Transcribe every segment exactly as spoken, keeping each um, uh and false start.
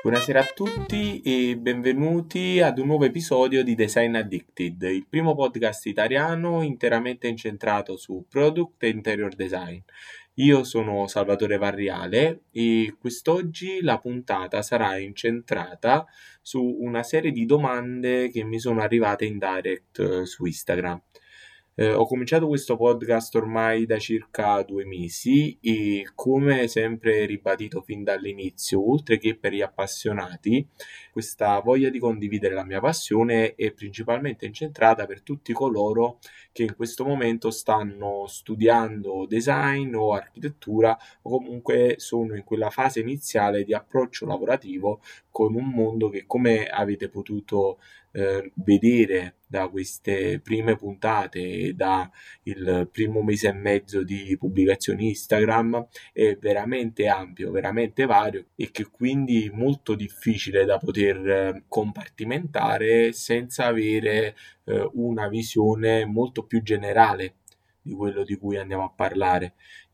Buonasera a tutti e benvenuti ad un nuovo episodio di Design Addicted, il primo podcast italiano interamente incentrato su product e interior design. Io sono Salvatore Varriale e quest'oggi la puntata sarà incentrata su una serie di domande che mi sono arrivate in direct eh, su Instagram. Eh, ho cominciato questo podcast ormai da circa due mesi e, come sempre ribadito fin dall'inizio, oltre che per gli appassionati, questa voglia di condividere la mia passione è principalmente incentrata per tutti coloro che in questo momento stanno studiando design o architettura o comunque sono in quella fase iniziale di approccio lavorativo con un mondo che, come avete potuto eh, vedere da queste prime puntate e da il primo mese e mezzo di pubblicazioni Instagram, è veramente ampio, veramente vario e che quindi è molto difficile da poter eh, compartimentare senza avere eh, una visione molto più generale di quello di cui andiamo a parlare.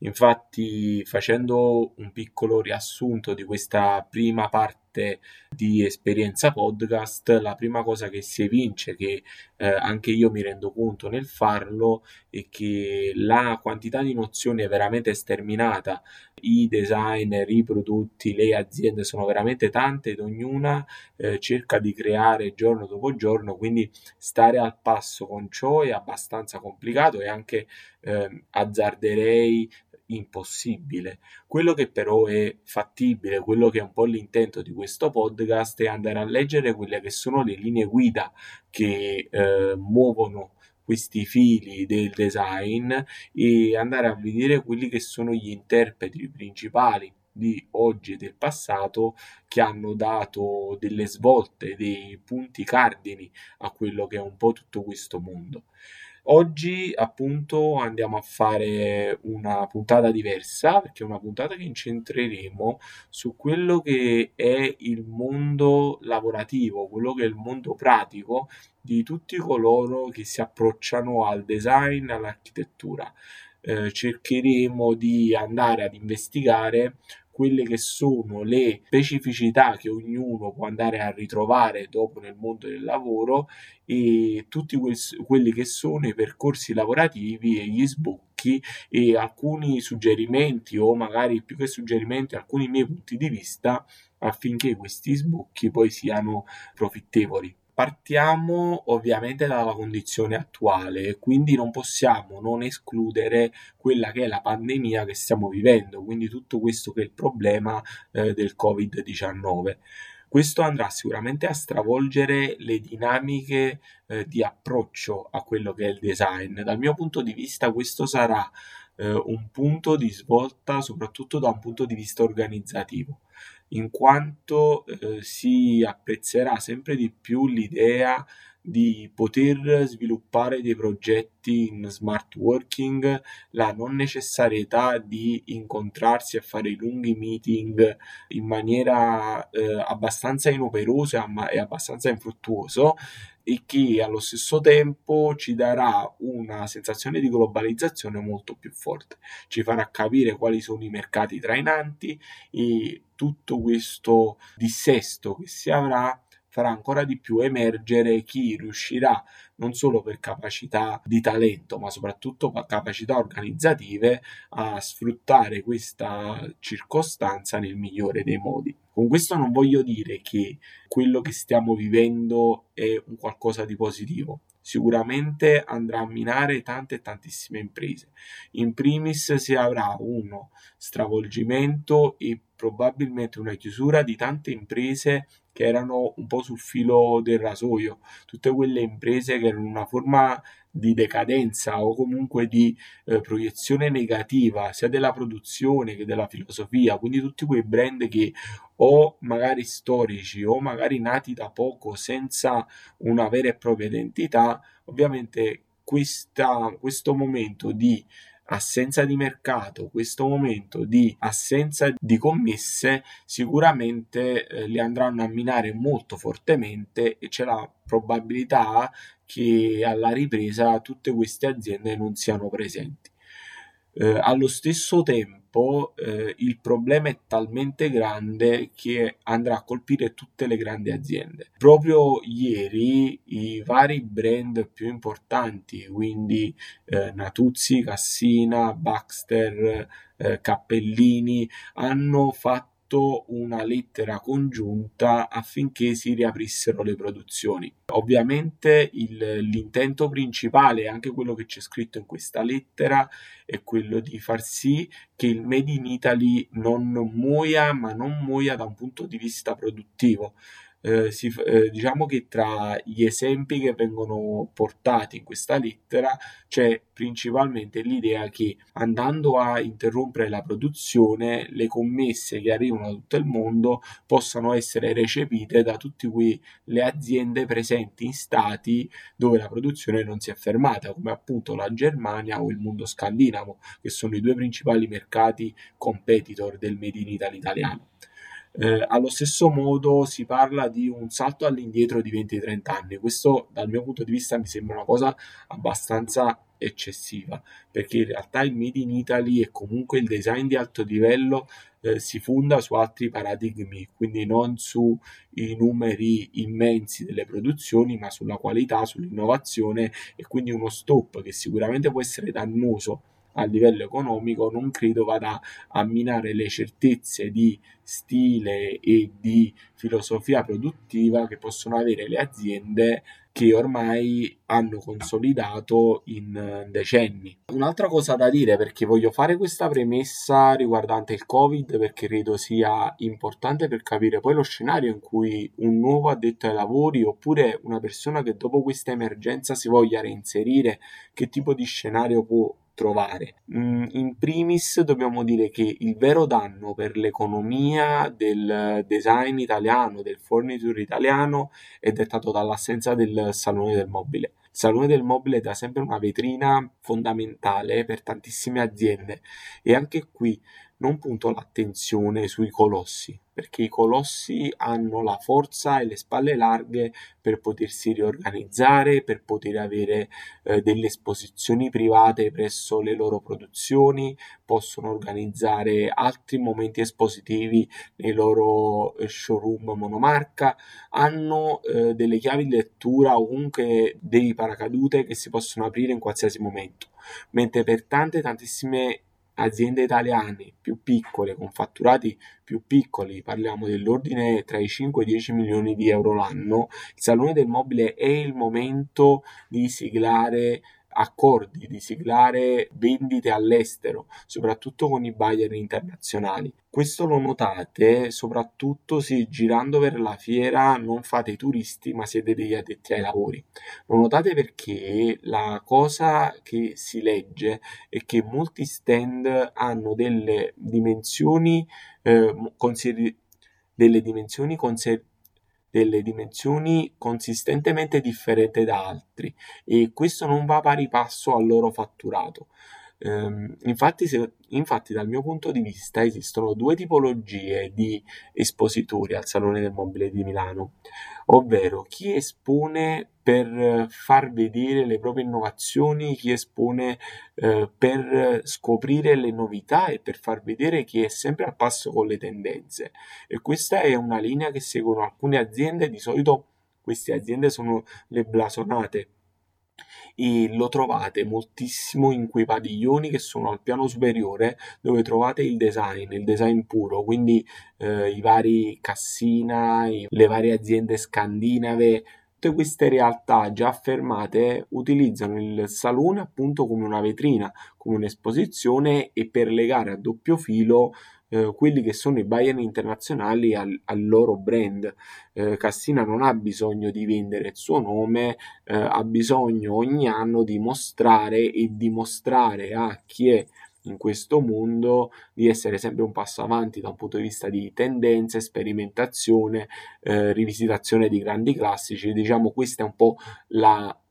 Infatti, facendo un piccolo riassunto di questa prima parte di esperienza podcast, la prima cosa che si evince, che eh, anche io mi rendo conto nel farlo, è che la quantità di nozioni è veramente sterminata. I designer, i prodotti, le aziende sono veramente tante ed ognuna eh, cerca di creare giorno dopo giorno, quindi stare al passo con ciò è abbastanza complicato e anche eh, azzarderei impossibile. Quello che però è fattibile, quello che è un po' l'intento di questo podcast, è andare a leggere quelle che sono le linee guida che eh, muovono questi fili del design e andare a vedere quelli che sono gli interpreti principali di oggi e del passato che hanno dato delle svolte, dei punti cardini a quello che è un po' tutto questo mondo. Oggi appunto andiamo a fare una puntata diversa perché è una puntata che incentreremo su quello che è il mondo lavorativo, quello che è il mondo pratico di tutti coloro che si approcciano al design, all'architettura. Eh, cercheremo di andare ad investigare quelle che sono le specificità che ognuno può andare a ritrovare dopo nel mondo del lavoro e tutti que- quelli che sono i percorsi lavorativi e gli sbocchi e alcuni suggerimenti o magari più che suggerimenti alcuni miei punti di vista affinché questi sbocchi poi siano profittevoli. Partiamo ovviamente dalla condizione attuale, quindi non possiamo non escludere quella che è la pandemia che stiamo vivendo, quindi tutto questo che è il problema eh, del covid diciannove. Questo andrà sicuramente a stravolgere le dinamiche eh, di approccio a quello che è il design. Dal mio punto di vista questo sarà eh, un punto di svolta soprattutto da un punto di vista organizzativo, in quanto eh, si apprezzerà sempre di più l'idea di poter sviluppare dei progetti in smart working, la non necessarietà di incontrarsi e fare i lunghi meeting in maniera eh, abbastanza inoperosa ma e abbastanza infruttuoso e che allo stesso tempo ci darà una sensazione di globalizzazione molto più forte, ci farà capire quali sono i mercati trainanti e tutto questo dissesto che si avrà farà ancora di più emergere chi riuscirà non solo per capacità di talento ma soprattutto per capacità organizzative a sfruttare questa circostanza nel migliore dei modi. Con questo non voglio dire che quello che stiamo vivendo è un qualcosa di positivo. Sicuramente andrà a minare tante e tantissime imprese. In primis si avrà uno stravolgimento e probabilmente una chiusura di tante imprese che erano un po' sul filo del rasoio, tutte quelle imprese che erano una forma di decadenza o comunque di eh, proiezione negativa sia della produzione che della filosofia, quindi tutti quei brand che o magari storici o magari nati da poco senza una vera e propria identità, ovviamente questa, questo momento di assenza di mercato, questo momento di assenza di commesse sicuramente eh, li andranno a minare molto fortemente e c'è la probabilità che alla ripresa tutte queste aziende non siano presenti. Eh, allo stesso tempo eh, il problema è talmente grande che andrà a colpire tutte le grandi aziende. Proprio ieri i vari brand più importanti, quindi eh, Natuzzi, Cassina, Baxter, eh, Cappellini, hanno fatto una lettera congiunta affinché si riaprissero le produzioni. Ovviamente il, l'intento principale, anche quello che c'è scritto in questa lettera, è quello di far sì che il Made in Italy non muoia, ma non muoia da un punto di vista produttivo. Eh, si, eh, diciamo che tra gli esempi che vengono portati in questa lettera c'è principalmente l'idea che andando a interrompere la produzione, le commesse che arrivano da tutto il mondo possano essere recepite da tutte quelle aziende presenti in stati dove la produzione non si è fermata, come appunto la Germania o il mondo scandinavo, che sono i due principali mercati competitor del Made in Italy italiano. Eh, allo stesso modo si parla di un salto all'indietro di venti trenta anni. Questo dal mio punto di vista mi sembra una cosa abbastanza eccessiva, perché in realtà il Made in Italy e comunque il design di alto livello eh, si fonda su altri paradigmi, quindi non sui numeri immensi delle produzioni, ma sulla qualità, sull'innovazione, e quindi uno stop che sicuramente può essere dannoso a livello economico non credo vada a minare le certezze di stile e di filosofia produttiva che possono avere le aziende che ormai hanno consolidato in decenni. Un'altra cosa da dire, perché voglio fare questa premessa riguardante il Covid, perché credo sia importante per capire poi lo scenario in cui un nuovo addetto ai lavori oppure una persona che dopo questa emergenza si voglia reinserire, che tipo di scenario può trovare. Mm, in primis dobbiamo dire che il vero danno per l'economia del design italiano, del forniture italiano, è dettato dall'assenza del salone del mobile. Il salone del mobile è da sempre una vetrina fondamentale per tantissime aziende e anche qui non punto l'attenzione sui colossi, perché i colossi hanno la forza e le spalle larghe per potersi riorganizzare, per poter avere eh, delle esposizioni private presso le loro produzioni, possono organizzare altri momenti espositivi nei loro eh, showroom monomarca, hanno eh, delle chiavi di lettura o comunque dei paracadute che si possono aprire in qualsiasi momento, mentre per tante tantissime aziende italiane più piccole, con fatturati più piccoli, parliamo dell'ordine tra i cinque e i dieci milioni di euro l'anno, il salone del mobile è il momento di siglare accordi, di siglare vendite all'estero, soprattutto con i buyer internazionali. Questo lo notate soprattutto se girando per la fiera non fate i turisti ma siete degli addetti ai lavori. Lo notate perché la cosa che si legge è che molti stand hanno delle dimensioni eh, consider- delle dimensioni conser- delle dimensioni consistentemente differenti da altri e questo non va pari passo al loro fatturato. Ehm, infatti, se- infatti, dal mio punto di vista esistono due tipologie di espositori al Salone del Mobile di Milano, ovvero chi espone per far vedere le proprie innovazioni, chi espone eh, per scoprire le novità e per far vedere chi è sempre al passo con le tendenze. E questa è una linea che seguono alcune aziende, di solito queste aziende sono le blasonate e lo trovate moltissimo in quei padiglioni che sono al piano superiore dove trovate il design, il design puro, quindi eh, i vari Cassina, i- le varie aziende scandinave. Tutte queste realtà già affermate utilizzano il salone appunto come una vetrina, come un'esposizione e per legare a doppio filo eh, quelli che sono i buyer internazionali al, al loro brand. Eh, Cassina non ha bisogno di vendere il suo nome, eh, ha bisogno ogni anno di mostrare e dimostrare a chi è in questo mondo di essere sempre un passo avanti da un punto di vista di tendenze, sperimentazione, eh, rivisitazione di grandi classici. Diciamo questa è un po' la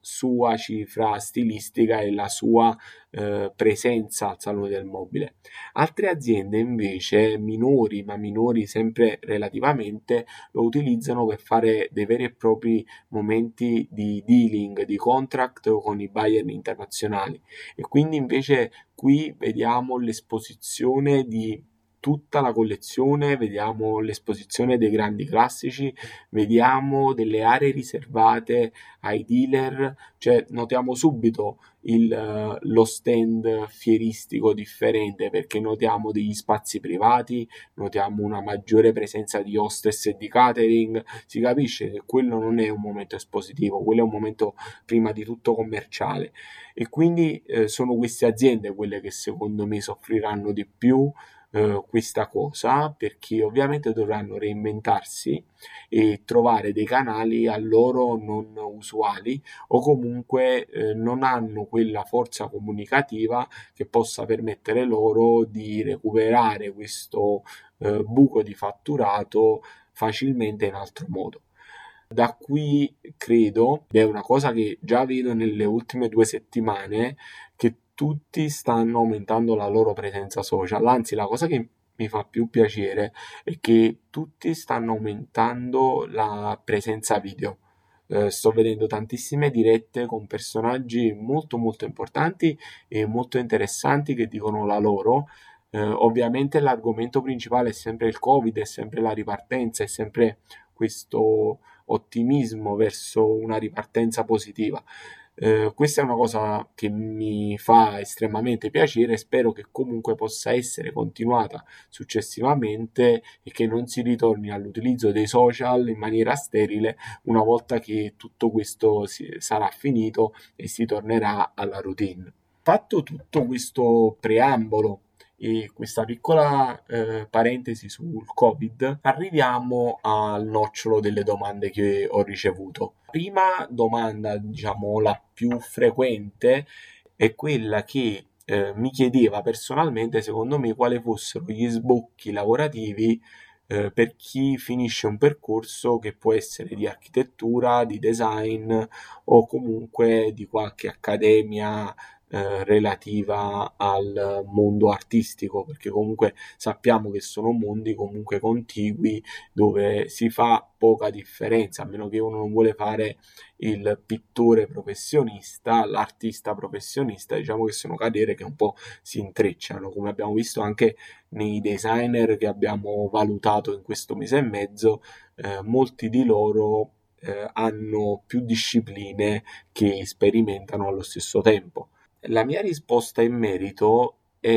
sua cifra stilistica e la sua eh, presenza al Salone del Mobile. Altre aziende invece, minori, ma minori sempre relativamente, lo utilizzano per fare dei veri e propri momenti di dealing, di contract con i buyer internazionali. E quindi invece qui vediamo l'esposizione di tutta la collezione, vediamo l'esposizione dei grandi classici, vediamo delle aree riservate ai dealer, cioè notiamo subito il, lo stand fieristico differente perché notiamo degli spazi privati, notiamo una maggiore presenza di hostess e di catering, si capisce che quello non è un momento espositivo, quello è un momento prima di tutto commerciale e quindi eh, sono queste aziende quelle che secondo me soffriranno di più eh, questa cosa perché ovviamente dovranno reinventarsi e trovare dei canali a loro non usuali o comunque eh, non hanno quella forza comunicativa che possa permettere loro di recuperare questo eh, buco di fatturato facilmente in altro modo. Da qui credo, ed è una cosa che già vedo nelle ultime due settimane, che tutti stanno aumentando la loro presenza social. Anzi, la cosa che mi fa più piacere è che tutti stanno aumentando la presenza video. Eh, sto vedendo tantissime dirette con personaggi molto molto importanti e molto interessanti che dicono la loro. Eh, ovviamente l'argomento principale è sempre il Covid, è sempre la ripartenza, è sempre questo ottimismo verso una ripartenza positiva. Eh, questa è una cosa che mi fa estremamente piacere e spero che comunque possa essere continuata successivamente e che non si ritorni all'utilizzo dei social in maniera sterile una volta che tutto questo si, sarà finito e si tornerà alla routine. Fatto tutto questo preambolo e questa piccola eh, parentesi sul Covid, arriviamo al nocciolo delle domande che ho ricevuto. La prima domanda, diciamo la più frequente, è quella che eh, mi chiedeva personalmente, secondo me, quali fossero gli sbocchi lavorativi eh, per chi finisce un percorso che può essere di architettura, di design o comunque di qualche accademia eh, relativa al mondo artistico, perché comunque sappiamo che sono mondi comunque contigui dove si fa poca differenza, a meno che uno non vuole fare il pittore professionista, l'artista professionista, diciamo che sono carriere che un po' si intrecciano, come abbiamo visto anche nei designer che abbiamo valutato in questo mese e mezzo, eh, molti di loro eh, hanno più discipline che sperimentano allo stesso tempo. La mia risposta in merito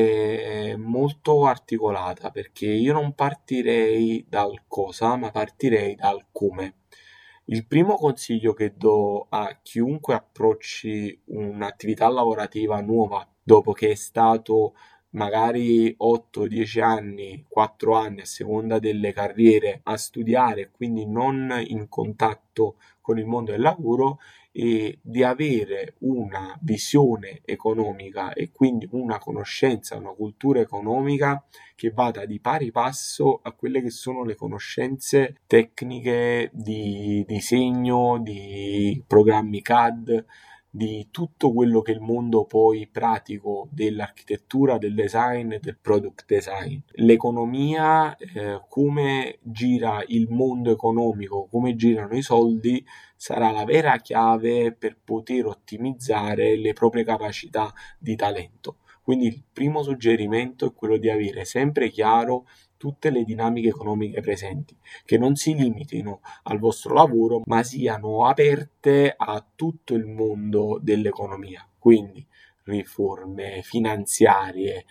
è molto articolata perché io non partirei dal cosa, ma partirei dal come. Il primo consiglio che do a chiunque approcci un'attività lavorativa nuova dopo che è stato magari otto dieci anni, quattro anni a seconda delle carriere a studiare e quindi non in contatto con il mondo del lavoro e di avere una visione economica e quindi una conoscenza, una cultura economica che vada di pari passo a quelle che sono le conoscenze tecniche di disegno, di programmi C A D, di tutto quello che è il mondo poi pratico dell'architettura, del design e del product design. L'economia, eh, come gira il mondo economico, come girano i soldi, sarà la vera chiave per poter ottimizzare le proprie capacità di talento. Quindi il primo suggerimento è quello di avere sempre chiaro tutte le dinamiche economiche presenti, che non si limitino al vostro lavoro, ma siano aperte a tutto il mondo dell'economia. Quindi riforme finanziarie,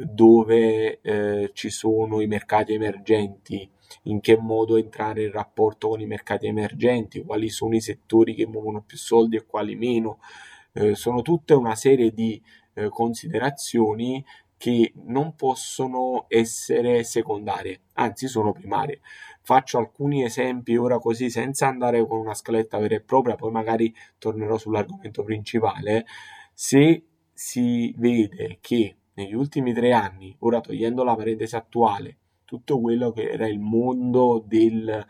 dove eh, ci sono i mercati emergenti, in che modo entrare in rapporto con i mercati emergenti, quali sono i settori che muovono più soldi e quali meno. Eh, sono tutta una serie di eh, considerazioni che non possono essere secondarie, anzi sono primarie. Faccio alcuni esempi ora così senza andare con una scaletta vera e propria, poi magari tornerò sull'argomento principale. Se si vede che negli ultimi tre anni, ora togliendo la parentesi attuale, tutto quello che era il mondo del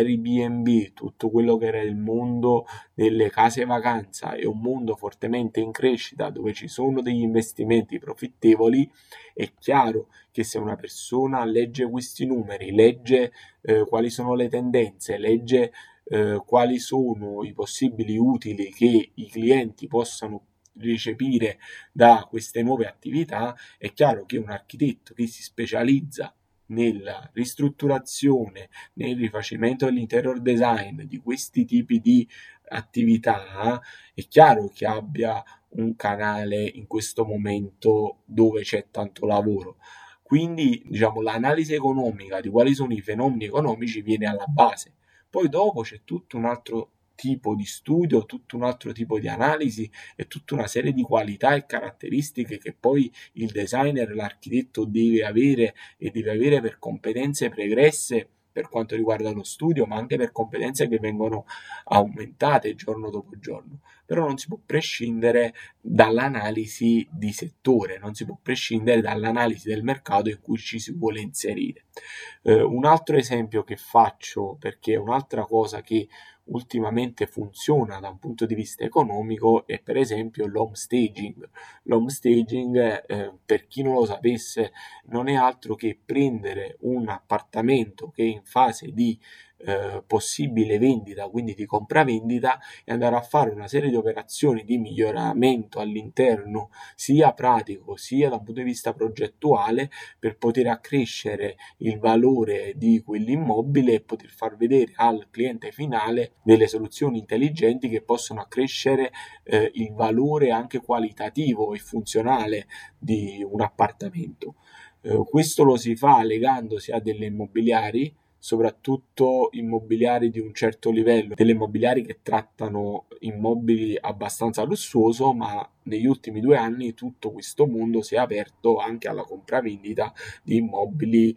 Airbnb, tutto quello che era il mondo delle case vacanza, è un mondo fortemente in crescita dove ci sono degli investimenti profittevoli. È chiaro che se una persona legge questi numeri, legge eh, quali sono le tendenze, legge eh, quali sono i possibili utili che i clienti possano ricepire da queste nuove attività, è chiaro che un architetto che si specializza nella ristrutturazione, nel rifacimento dell'interior design di questi tipi di attività, è chiaro che abbia un canale in questo momento dove c'è tanto lavoro. Quindi, diciamo, l'analisi economica di quali sono i fenomeni economici viene alla base. Poi dopo c'è tutto un altro tipo di studio, tutto un altro tipo di analisi e tutta una serie di qualità e caratteristiche che poi il designer, l'architetto deve avere e deve avere per competenze pregresse per quanto riguarda lo studio, ma anche per competenze che vengono aumentate giorno dopo giorno. Però non si può prescindere dall'analisi di settore, non si può prescindere dall'analisi del mercato in cui ci si vuole inserire. Eh, un altro esempio che faccio, perché è un'altra cosa che ultimamente funziona da un punto di vista economico, è per esempio l'home staging. L'home staging, eh, per chi non lo sapesse, non è altro che prendere un appartamento che è in fase di eh, possibile vendita, quindi di compravendita, e andare a fare una serie di operazioni di miglioramento all'interno, sia pratico sia da un punto di vista progettuale, per poter accrescere il valore di quell'immobile e poter far vedere al cliente finale delle soluzioni intelligenti che possono accrescere eh, il valore anche qualitativo e funzionale di un appartamento. Eh, questo lo si fa legandosi a delle immobiliari, soprattutto immobiliari di un certo livello, delle immobiliari che trattano immobili abbastanza lussuoso, ma negli ultimi due anni tutto questo mondo si è aperto anche alla compravendita di immobili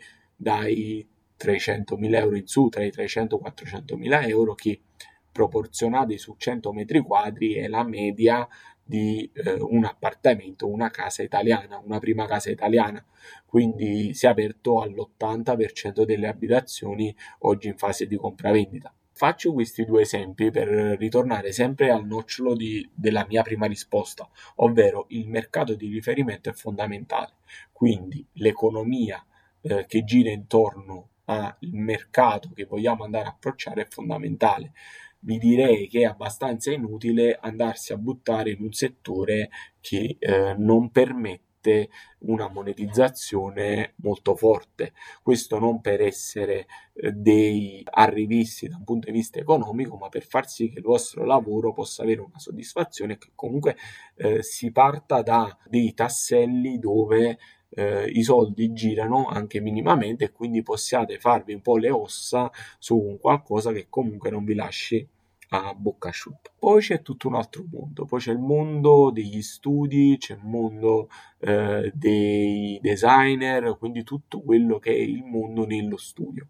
dai trecentomila euro in su, tra i trecento e i quattrocentomila euro, che proporzionati su cento metri quadri è la media di eh, un appartamento, una casa italiana, una prima casa italiana. Quindi si è aperto all'ottanta per cento delle abitazioni oggi in fase di compravendita. Faccio questi due esempi per ritornare sempre al nocciolo di, della mia prima risposta, ovvero il mercato di riferimento è fondamentale. Quindi l'economia eh, che gira intorno al mercato che vogliamo andare a approcciare è fondamentale. Vi direi che è abbastanza inutile andarsi a buttare in un settore che eh, non permette una monetizzazione molto forte. Questo non per essere eh, dei arrivisti da un punto di vista economico, ma per far sì che il vostro lavoro possa avere una soddisfazione e che comunque eh, si parta da dei tasselli dove eh, i soldi girano anche minimamente, e quindi possiate farvi un po' le ossa su un qualcosa che comunque non vi lasci a bocca asciutta. Poi c'è tutto un altro mondo, poi c'è il mondo degli studi, c'è il mondo eh, dei designer, quindi tutto quello che è il mondo nello studio.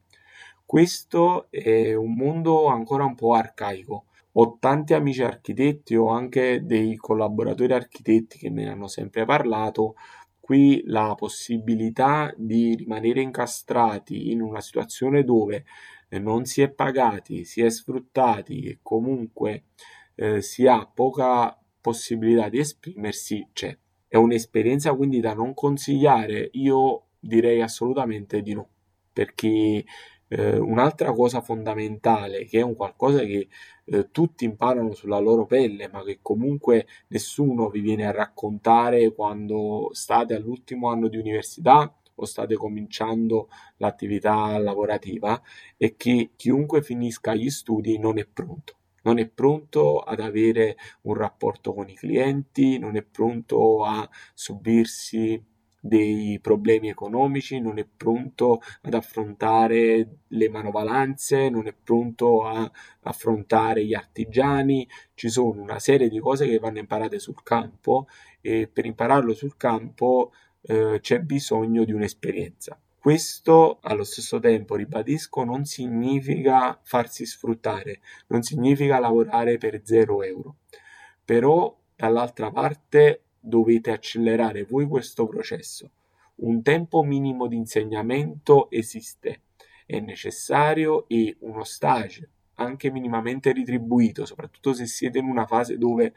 Questo è un mondo ancora un po' arcaico. Ho tanti amici architetti, ho anche dei collaboratori architetti che me ne hanno sempre parlato. Qui la possibilità di rimanere incastrati in una situazione dove eh, non si è pagati, si è sfruttati e comunque eh, si ha poca possibilità di esprimersi, c'è. È un'esperienza quindi da non consigliare? Io direi assolutamente di no, perché eh, un'altra cosa fondamentale, che è un qualcosa che eh, tutti imparano sulla loro pelle, ma che comunque nessuno vi viene a raccontare quando state all'ultimo anno di università o state cominciando l'attività lavorativa, è che chiunque finisca gli studi non è pronto. Non è pronto ad avere un rapporto con i clienti, non è pronto a subirsi dei problemi economici, non è pronto ad affrontare le manovalanze, non è pronto a affrontare gli artigiani. Ci sono una serie di cose che vanno imparate sul campo, e per impararlo sul campo eh, c'è bisogno di un'esperienza. Questo allo stesso tempo, ribadisco, non significa farsi sfruttare, non significa lavorare per zero euro, però dall'altra parte dovete accelerare voi questo processo. un tempo minimo di insegnamento esiste, è necessario, e uno stage anche minimamente ritribuito, soprattutto se siete in una fase dove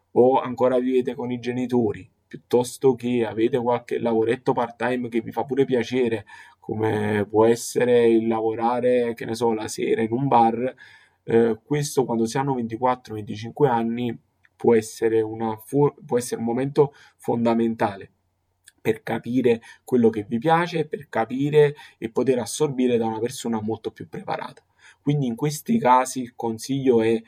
o ancora vivete con i genitori, piuttosto che avete qualche lavoretto part-time che vi fa pure piacere, come può essere il lavorare, che ne so, la sera in un bar. Eh, questo quando si hanno ventiquattro venticinque anni può essere, una fu- può essere un momento fondamentale per capire quello che vi piace, per capire e poter assorbire da una persona molto più preparata. Quindi in questi casi il consiglio è: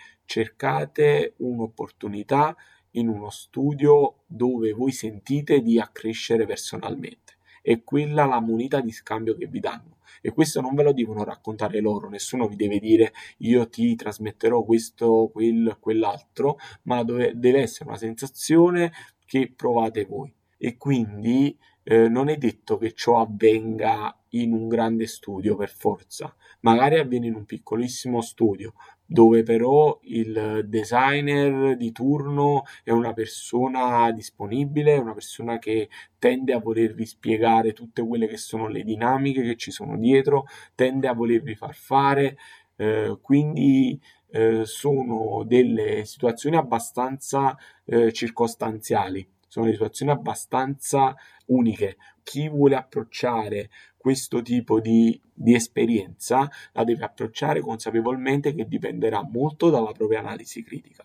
cercate un'opportunità in uno studio dove voi sentite di accrescere personalmente. È quella la moneta di scambio che vi danno. E questo non ve lo devono raccontare loro, nessuno vi deve dire io ti trasmetterò questo, quel, quell'altro, ma dove, deve essere una sensazione che provate voi. E quindi eh, non è detto che ciò avvenga in un grande studio per forza, magari avviene in un piccolissimo studio dove però il designer di turno è una persona disponibile, una persona che tende a volervi spiegare tutte quelle che sono le dinamiche che ci sono dietro, tende a volervi far fare, eh, quindi eh, sono delle situazioni abbastanza eh, circostanziali, sono situazioni abbastanza uniche. Chi vuole approcciare questo tipo di, di esperienza la deve approcciare consapevolmente che dipenderà molto dalla propria analisi critica.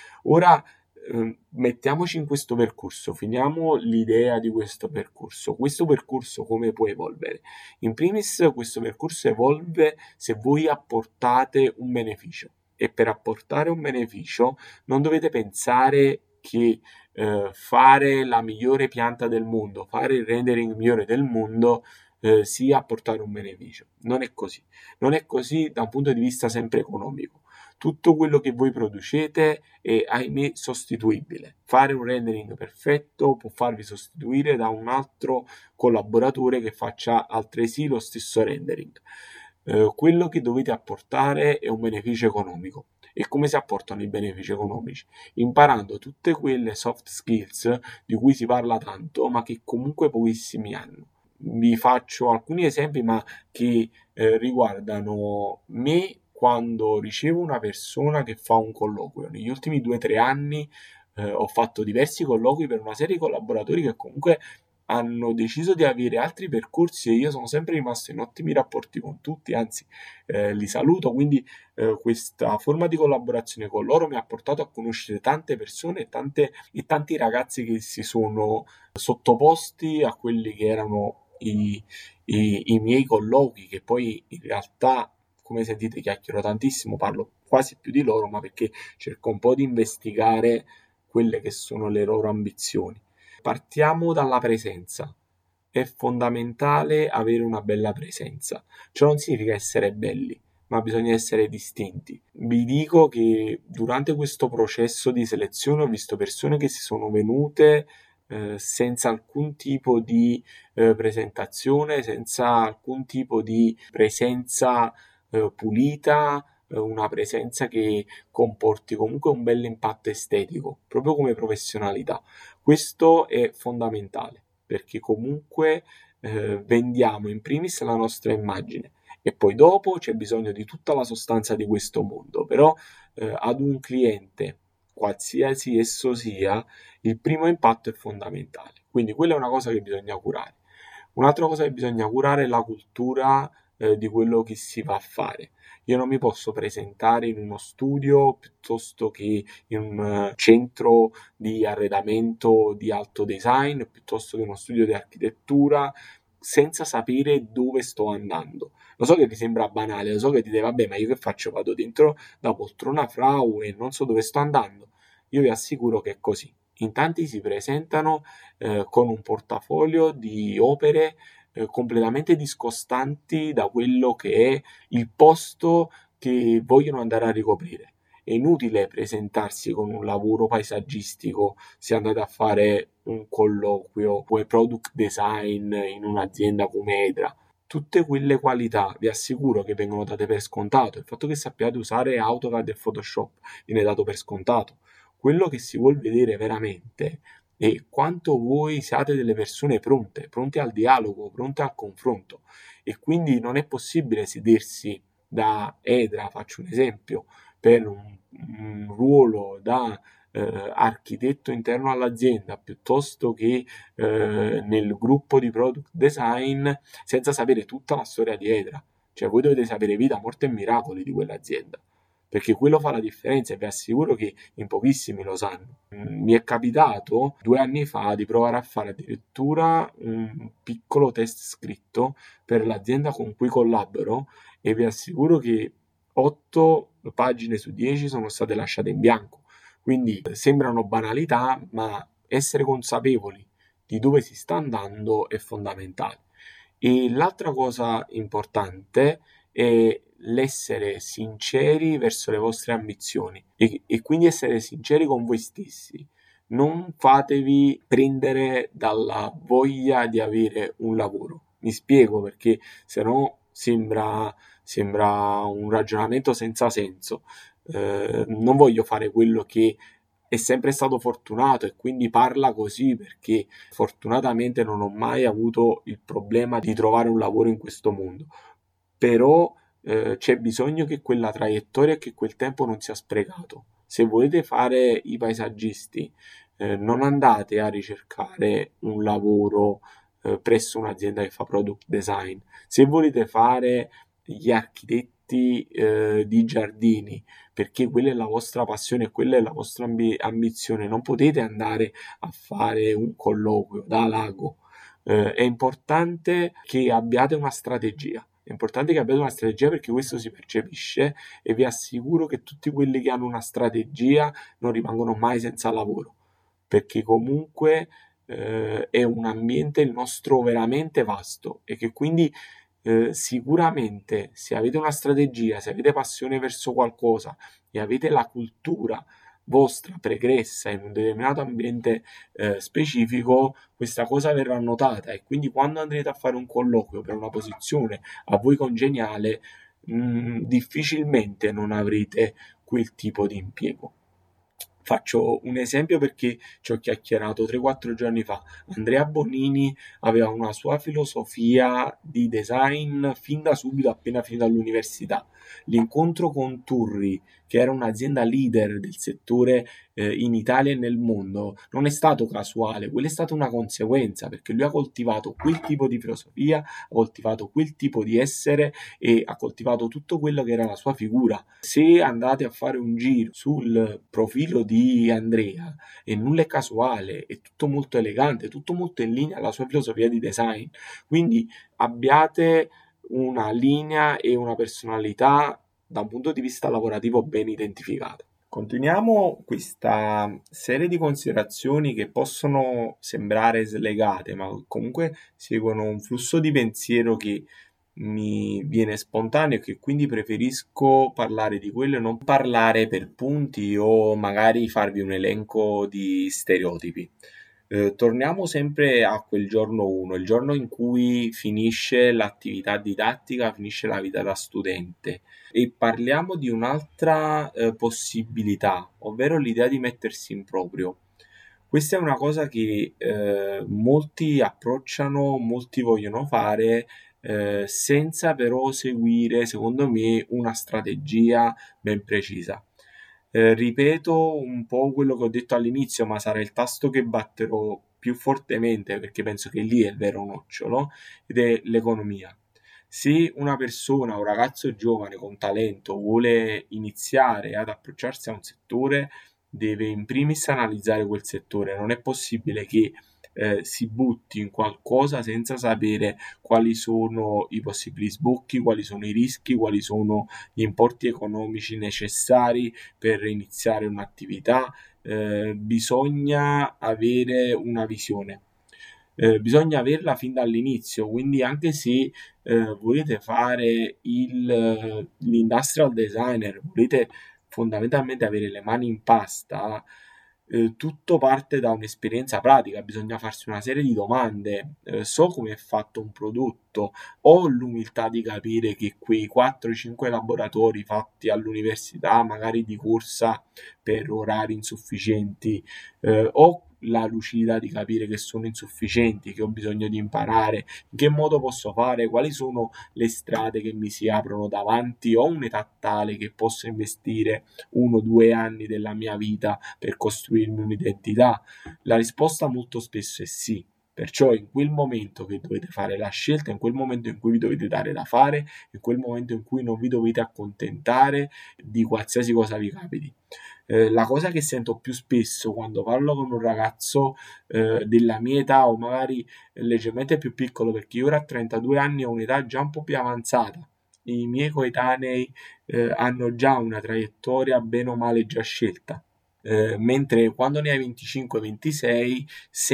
Ora eh, mettiamoci in questo percorso, finiamo l'idea di questo percorso. Questo percorso come può evolvere? In primis, questo percorso evolve se voi apportate un beneficio, e per apportare un beneficio non dovete pensare che eh, fare la migliore pianta del mondo, fare il rendering migliore del mondo eh, sia apportare un beneficio. Non è così. Non è così da un punto di vista sempre economico. Tutto quello che voi producete è, ahimè, sostituibile. Fare un rendering perfetto può farvi sostituire da un altro collaboratore che faccia altresì lo stesso rendering. Eh, quello che dovete apportare è un beneficio economico. E come si apportano i benefici economici? Imparando tutte quelle soft skills di cui si parla tanto, ma che comunque pochissimi hanno. Vi faccio alcuni esempi, ma che eh, riguardano me quando ricevo una persona che fa un colloquio. Negli ultimi due o tre anni eh, ho fatto diversi colloqui per una serie di collaboratori che comunque hanno deciso di avere altri percorsi, e io sono sempre rimasto in ottimi rapporti con tutti, anzi eh, li saluto. Quindi eh, questa forma di collaborazione con loro mi ha portato a conoscere tante persone e, tante, e tanti ragazzi che si sono sottoposti a quelli che erano i, i, i miei colloqui, che poi in realtà, come sentite, chiacchiero tantissimo, parlo quasi più di loro, ma perché cerco un po' di investigare quelle che sono le loro ambizioni. Partiamo dalla presenza. È fondamentale avere una bella presenza. Ciò non significa essere belli, ma bisogna essere distinti. Vi dico che durante questo processo di selezione ho visto persone che si sono venute eh, senza alcun tipo di eh, presentazione, senza alcun tipo di presenza eh, pulita, eh, una presenza che comporti comunque un bel impatto estetico, proprio come professionalità. Questo è fondamentale, perché comunque eh, vendiamo in primis la nostra immagine, e poi dopo c'è bisogno di tutta la sostanza di questo mondo. Però eh, ad un cliente, qualsiasi esso sia, il primo impatto è fondamentale. Quindi quella è una cosa che bisogna curare. Un'altra cosa che bisogna curare è la cultura eh, di quello che si va a fare. Io non mi posso presentare in uno studio piuttosto che in un uh, centro di arredamento di alto design, piuttosto che uno studio di architettura, senza sapere dove sto andando. Lo so che ti sembra banale, lo so che ti dite vabbè, ma io che faccio? Vado dentro la poltrona frau e non so dove sto andando. Io vi assicuro che è così. In tanti si presentano eh, con un portafoglio di opere eh, completamente discostanti da quello che è il posto che vogliono andare a ricoprire. È inutile presentarsi con un lavoro paesaggistico se andate a fare un colloquio come product design in un'azienda come Edra. Tutte quelle qualità vi assicuro che vengono date per scontato. Il fatto che sappiate usare AutoCAD e Photoshop viene dato per scontato. Quello che si vuol vedere veramente e quanto voi siate delle persone pronte, pronte al dialogo, pronte al confronto. E quindi non è possibile sedersi da Edra, faccio un esempio, per un, un ruolo da eh, architetto interno all'azienda piuttosto che eh, nel gruppo di product design senza sapere tutta la storia di Edra. Cioè voi dovete sapere vita, morte e miracoli di quell'azienda, perché quello fa la differenza e vi assicuro che in pochissimi lo sanno. Mi è capitato due anni fa di provare a fare addirittura un piccolo test scritto per l'azienda con cui collaboro e vi assicuro che otto pagine su dieci sono state lasciate in bianco. Quindi sembrano banalità, ma essere consapevoli di dove si sta andando è fondamentale. E l'altra cosa importante è l'essere sinceri verso le vostre ambizioni e, e quindi essere sinceri con voi stessi. Non fatevi prendere dalla voglia di avere un lavoro. Mi spiego, perché se no sembra, sembra un ragionamento senza senso. Eh, non voglio fare quello che è sempre stato fortunato e quindi parla così perché fortunatamente non ho mai avuto il problema di trovare un lavoro in questo mondo. Però eh, c'è bisogno che quella traiettoria e che quel tempo non sia sprecato. Se volete fare i paesaggisti, eh, non andate a ricercare un lavoro eh, presso un'azienda che fa product design. Se volete fare gli architetti eh, di giardini, perché quella è la vostra passione e quella è la vostra ambi- ambizione, non potete andare a fare un colloquio da lago. Eh, è importante che abbiate una strategia. È importante che abbiate una strategia perché questo si percepisce e vi assicuro che tutti quelli che hanno una strategia non rimangono mai senza lavoro, perché comunque eh, è un ambiente il nostro veramente vasto e che quindi eh, sicuramente se avete una strategia, se avete passione verso qualcosa e avete la cultura vostra pregressa in un determinato ambiente eh, specifico, questa cosa verrà notata e quindi quando andrete a fare un colloquio per una posizione a voi congeniale, mh, difficilmente non avrete quel tipo di impiego. Faccio un esempio perché ci ho chiacchierato tre quattro giorni fa. Andrea Bonini aveva una sua filosofia di design fin da subito, appena finito all'università. L'incontro con Turri, che era un'azienda leader del settore eh, in Italia e nel mondo, non è stato casuale, quella è stata una conseguenza perché lui ha coltivato quel tipo di filosofia, ha coltivato quel tipo di essere e ha coltivato tutto quello che era la sua figura. Se andate a fare un giro sul profilo di Andrea, e nulla è casuale, è tutto molto elegante, tutto molto in linea alla sua filosofia di design. Quindi abbiate una linea e una personalità da un punto di vista lavorativo ben identificata. Continuiamo questa serie di considerazioni che possono sembrare slegate, ma comunque seguono un flusso di pensiero che mi viene spontaneo e che quindi preferisco parlare di quello e non parlare per punti o magari farvi un elenco di stereotipi. Eh, torniamo sempre a quel giorno uno, il giorno in cui finisce l'attività didattica, finisce la vita da studente e parliamo di un'altra eh, possibilità, ovvero l'idea di mettersi in proprio. Questa è una cosa che eh, molti approcciano, molti vogliono fare, eh, senza però seguire, secondo me, una strategia ben precisa. Eh, ripeto un po' quello che ho detto all'inizio, ma sarà il tasto che batterò più fortemente perché penso che lì è il vero nocciolo, ed è l'economia. Se una persona, un ragazzo giovane con talento vuole iniziare ad approcciarsi a un settore, deve in primis analizzare quel settore. Non è possibile che eh, si butti in qualcosa senza sapere quali sono i possibili sbocchi, quali sono i rischi, quali sono gli importi economici necessari per iniziare un'attività. Eh, bisogna avere una visione. Eh, bisogna averla fin dall'inizio, quindi anche se eh, volete fare il, l'industrial designer, volete fondamentalmente avere le mani in pasta, eh, tutto parte da un'esperienza pratica, bisogna farsi una serie di domande, eh, so come è fatto un prodotto, ho l'umiltà di capire che quei quattro cinque laboratori fatti all'università, magari di corsa per orari insufficienti, eh, ho la lucidità di capire che sono insufficienti, che ho bisogno di imparare, in che modo posso fare, quali sono le strade che mi si aprono davanti. Ho un'età tale che posso investire uno o due anni della mia vita per costruirmi un'identità? La risposta molto spesso è sì. Perciò in quel momento che dovete fare la scelta, in quel momento in cui vi dovete dare da fare, in quel momento in cui non vi dovete accontentare di qualsiasi cosa vi capiti. Eh, la cosa che sento più spesso quando parlo con un ragazzo eh, della mia età o magari leggermente più piccolo, perché io ora a trentadue anni ho un'età già un po' più avanzata, i miei coetanei eh, hanno già una traiettoria bene o male già scelta. Eh, mentre quando ne hai venticinque ventisei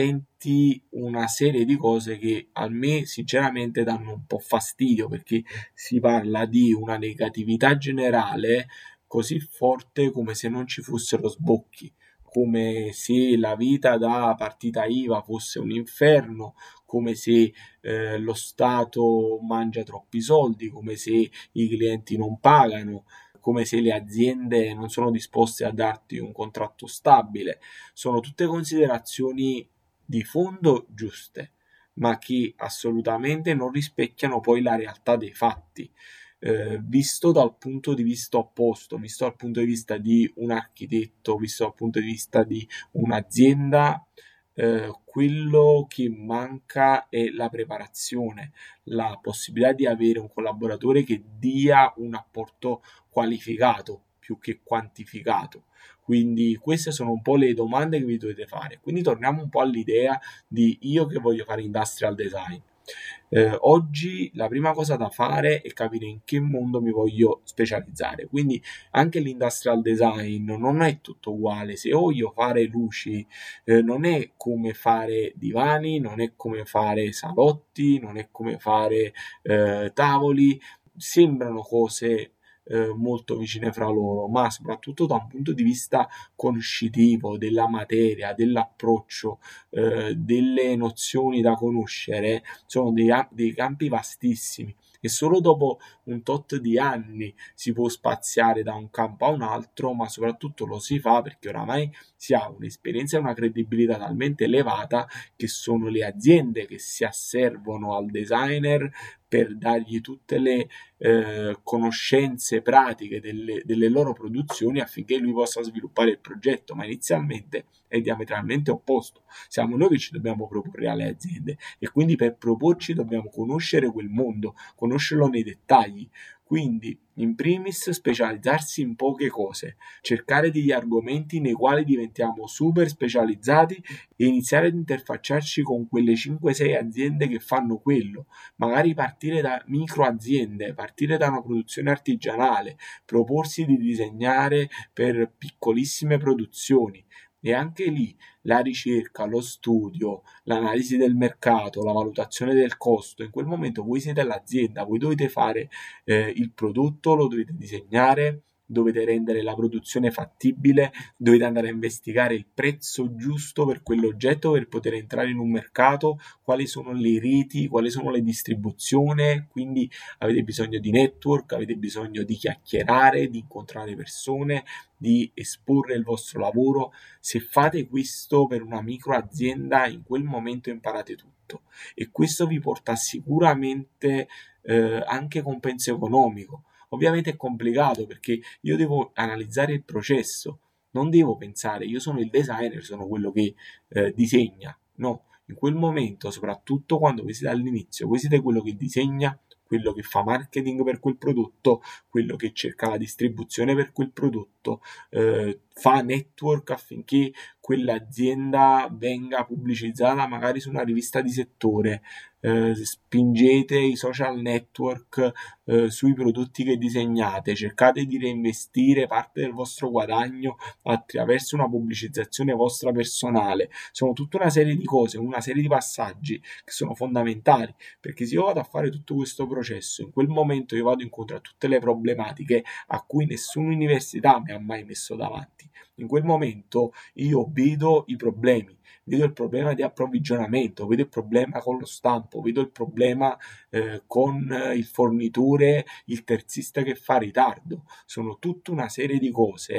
senti una serie di cose che a me sinceramente danno un po' fastidio, perché si parla di una negatività generale così forte come se non ci fossero sbocchi, come se la vita da partita I V A fosse un inferno, come se eh, lo Stato mangia troppi soldi, come se i clienti non pagano, come se le aziende non sono disposte a darti un contratto stabile. Sono tutte considerazioni di fondo giuste, ma che assolutamente non rispecchiano poi la realtà dei fatti. Eh, visto dal punto di vista opposto, visto dal punto di vista di un architetto, visto dal punto di vista di un'azienda, eh, quello che manca è la preparazione, la possibilità di avere un collaboratore che dia un apporto qualificato più che quantificato. Quindi queste sono un po' le domande che vi dovete fare. Quindi torniamo un po' all'idea di io che voglio fare industrial design. Eh, oggi la prima cosa da fare è capire in che mondo mi voglio specializzare. Quindi anche l'industrial design non è tutto uguale. Se voglio fare luci, eh, non è come fare divani, non è come fare salotti, non è come fare eh, tavoli. Sembrano cose eh, molto vicine fra loro, ma soprattutto da un punto di vista conoscitivo, della materia, dell'approccio, eh, delle nozioni da conoscere, sono dei, dei campi vastissimi e solo dopo un tot di anni si può spaziare da un campo a un altro, ma soprattutto lo si fa perché oramai si ha un'esperienza e una credibilità talmente elevata che sono le aziende che si asservono al designer per dargli tutte le eh, conoscenze pratiche delle, delle loro produzioni affinché lui possa sviluppare il progetto, ma inizialmente è diametralmente opposto. Siamo noi che ci dobbiamo proporre alle aziende e quindi per proporci dobbiamo conoscere quel mondo, conoscerlo nei dettagli. Quindi, in primis, specializzarsi in poche cose, cercare degli argomenti nei quali diventiamo super specializzati e iniziare ad interfacciarci con quelle cinque sei aziende che fanno quello. Magari partire da micro aziende, partire da una produzione artigianale, proporsi di disegnare per piccolissime produzioni. E anche lì la ricerca, lo studio, l'analisi del mercato, la valutazione del costo. In quel momento voi siete l'azienda, voi dovete fare eh, il prodotto, lo dovete disegnare, dovete rendere la produzione fattibile, dovete andare a investigare il prezzo giusto per quell'oggetto per poter entrare in un mercato, quali sono le reti, quali sono le distribuzioni, quindi avete bisogno di network, avete bisogno di chiacchierare, di incontrare persone, di esporre il vostro lavoro. Se fate questo per una micro azienda, in quel momento imparate tutto e questo vi porta sicuramente eh, anche compenso economico. Ovviamente è complicato perché io devo analizzare il processo, non devo pensare, io sono il designer, sono quello che eh, disegna. No, in quel momento, soprattutto quando voi siete all'inizio, voi siete quello che disegna, quello che fa marketing per quel prodotto, quello che cerca la distribuzione per quel prodotto, eh, fa network affinché quell'azienda venga pubblicizzata magari su una rivista di settore, eh, spingete i social network eh, sui prodotti che disegnate, cercate di reinvestire parte del vostro guadagno attraverso una pubblicizzazione vostra personale. Sono tutta una serie di cose, una serie di passaggi che sono fondamentali, perché se io vado a fare tutto questo processo, in quel momento io vado incontro a tutte le problematiche a cui nessuna università mi ha mai messo davanti. In quel momento io vedo i problemi, vedo il problema di approvvigionamento, vedo il problema con lo stampo, vedo il problema eh, con il fornitore, il terzista che fa ritardo. Sono tutta una serie di cose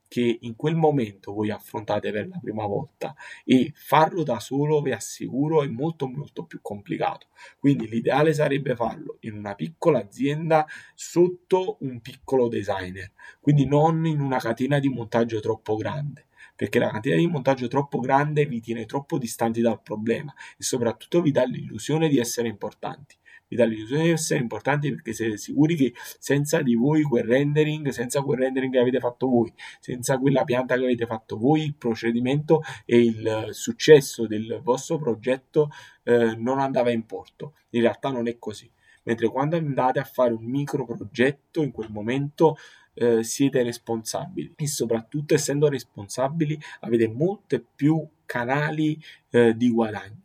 che in quel momento voi affrontate per la prima volta, e farlo da solo, vi assicuro, è molto molto più complicato. Quindi l'ideale sarebbe farlo in una piccola azienda sotto un piccolo designer, quindi non in una catena di montaggio troppo grande, perché la catena di montaggio troppo grande vi tiene troppo distanti dal problema e soprattutto vi dà l'illusione di essere importanti. Vi dà l'illusione di essere importanti perché siete sicuri che senza di voi quel rendering, senza quel rendering che avete fatto voi, senza quella pianta che avete fatto voi, il procedimento e il successo del vostro progetto eh, non andava in porto. In realtà non è così. Mentre quando andate a fare un micro progetto, in quel momento eh, siete responsabili e soprattutto essendo responsabili avete molte più canali eh, di guadagno.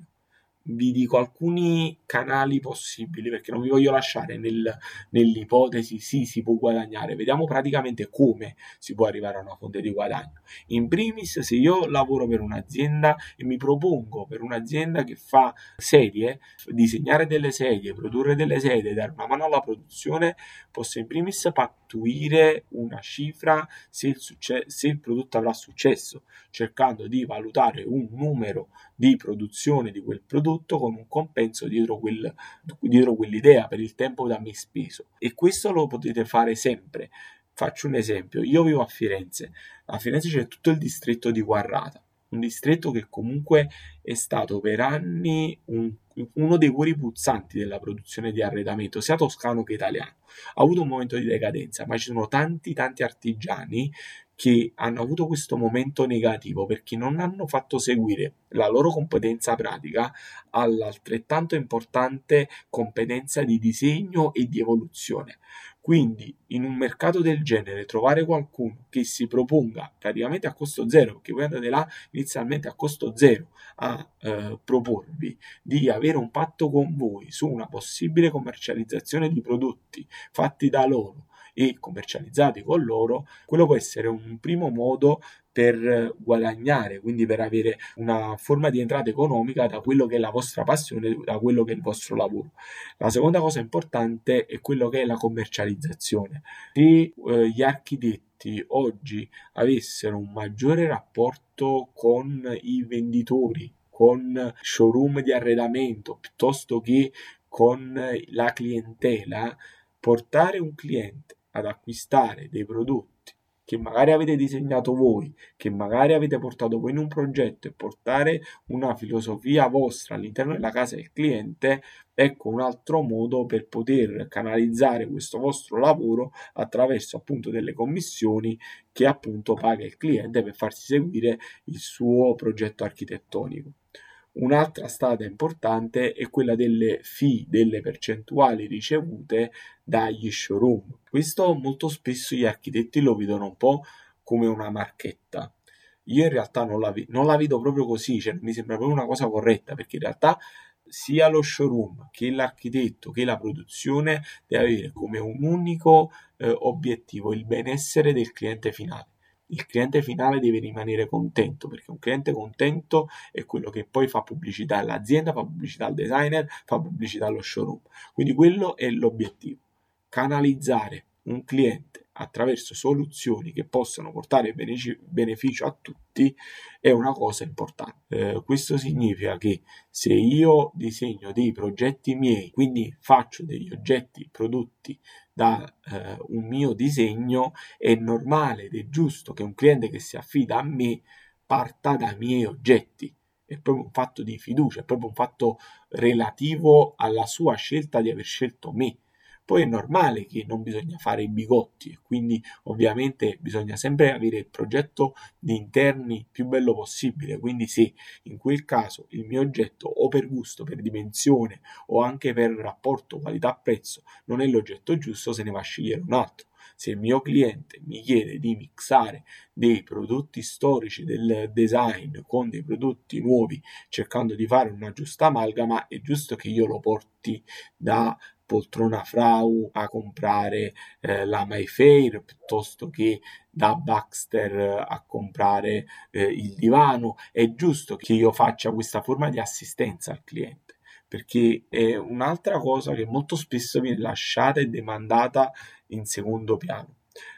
Vi dico alcuni canali possibili perché non vi voglio lasciare nel, nell'ipotesi sì si può guadagnare. Vediamo praticamente come si può arrivare a una fonte di guadagno. In primis, se io lavoro per un'azienda e mi propongo per un'azienda che fa sedie, disegnare delle sedie, produrre delle sedie, dare una mano alla produzione, posso in primis pattuire una cifra se il, succe- se il prodotto avrà successo, cercando di valutare un numero di produzione di quel prodotto con un compenso dietro, quel, dietro quell'idea per il tempo da me speso. E questo lo potete fare sempre. Faccio un esempio: io vivo a Firenze. A Firenze c'è tutto il distretto di Guarrata, un distretto che comunque è stato per anni un, uno dei cuori pulsanti della produzione di arredamento, sia toscano che italiano. Ha avuto un momento di decadenza, ma ci sono tanti tanti artigiani che hanno avuto questo momento negativo perché non hanno fatto seguire la loro competenza pratica all'altrettanto importante competenza di disegno e di evoluzione. Quindi in un mercato del genere trovare qualcuno che si proponga praticamente a costo zero, perché voi andate là inizialmente a costo zero a eh, proporvi di avere un patto con voi su una possibile commercializzazione di prodotti fatti da loro e commercializzati con loro, quello può essere un primo modo per guadagnare, quindi per avere una forma di entrata economica da quello che è la vostra passione, da quello che è il vostro lavoro. La seconda cosa importante è quello che è la commercializzazione. Se eh, gli architetti oggi avessero un maggiore rapporto con i venditori, con showroom di arredamento, piuttosto che con la clientela, portare un cliente ad acquistare dei prodotti che magari avete disegnato voi, che magari avete portato voi in un progetto, e portare una filosofia vostra all'interno della casa del cliente, ecco un altro modo per poter canalizzare questo vostro lavoro attraverso appunto delle commissioni che appunto paga il cliente per farsi seguire il suo progetto architettonico. Un'altra strada importante è quella delle fee, delle percentuali ricevute dagli showroom. Questo molto spesso gli architetti lo vedono un po' come una marchetta. Io in realtà non la, non la vedo proprio così, cioè mi sembra proprio una cosa corretta, perché in realtà sia lo showroom che l'architetto che la produzione deve avere come un unico eh, obiettivo il benessere del cliente finale. Il cliente finale deve rimanere contento, perché un cliente contento è quello che poi fa pubblicità all'azienda, fa pubblicità al designer, fa pubblicità allo showroom. Quindi quello è l'obiettivo: canalizzare un cliente attraverso soluzioni che possano portare beneficio a tutti è una cosa importante. Eh, questo significa che se io disegno dei progetti miei, quindi faccio degli oggetti prodotti da eh, un mio disegno, è normale ed è giusto che un cliente che si affida a me parta dai miei oggetti. È proprio un fatto di fiducia, è proprio un fatto relativo alla sua scelta di aver scelto me. Poi è normale che non bisogna fare i bigotti e quindi ovviamente bisogna sempre avere il progetto di interni più bello possibile. Quindi se in quel caso il mio oggetto, o per gusto, per dimensione o anche per rapporto qualità-prezzo, non è l'oggetto giusto, se ne va a scegliere un altro. Se il mio cliente mi chiede di mixare dei prodotti storici del design con dei prodotti nuovi, cercando di fare una giusta amalgama, è giusto che io lo porti da Poltrona Frau a comprare eh, la Mayfair, piuttosto che da Baxter a comprare eh, il divano. È giusto che io faccia questa forma di assistenza al cliente, perché è un'altra cosa che molto spesso viene lasciata e demandata in secondo piano.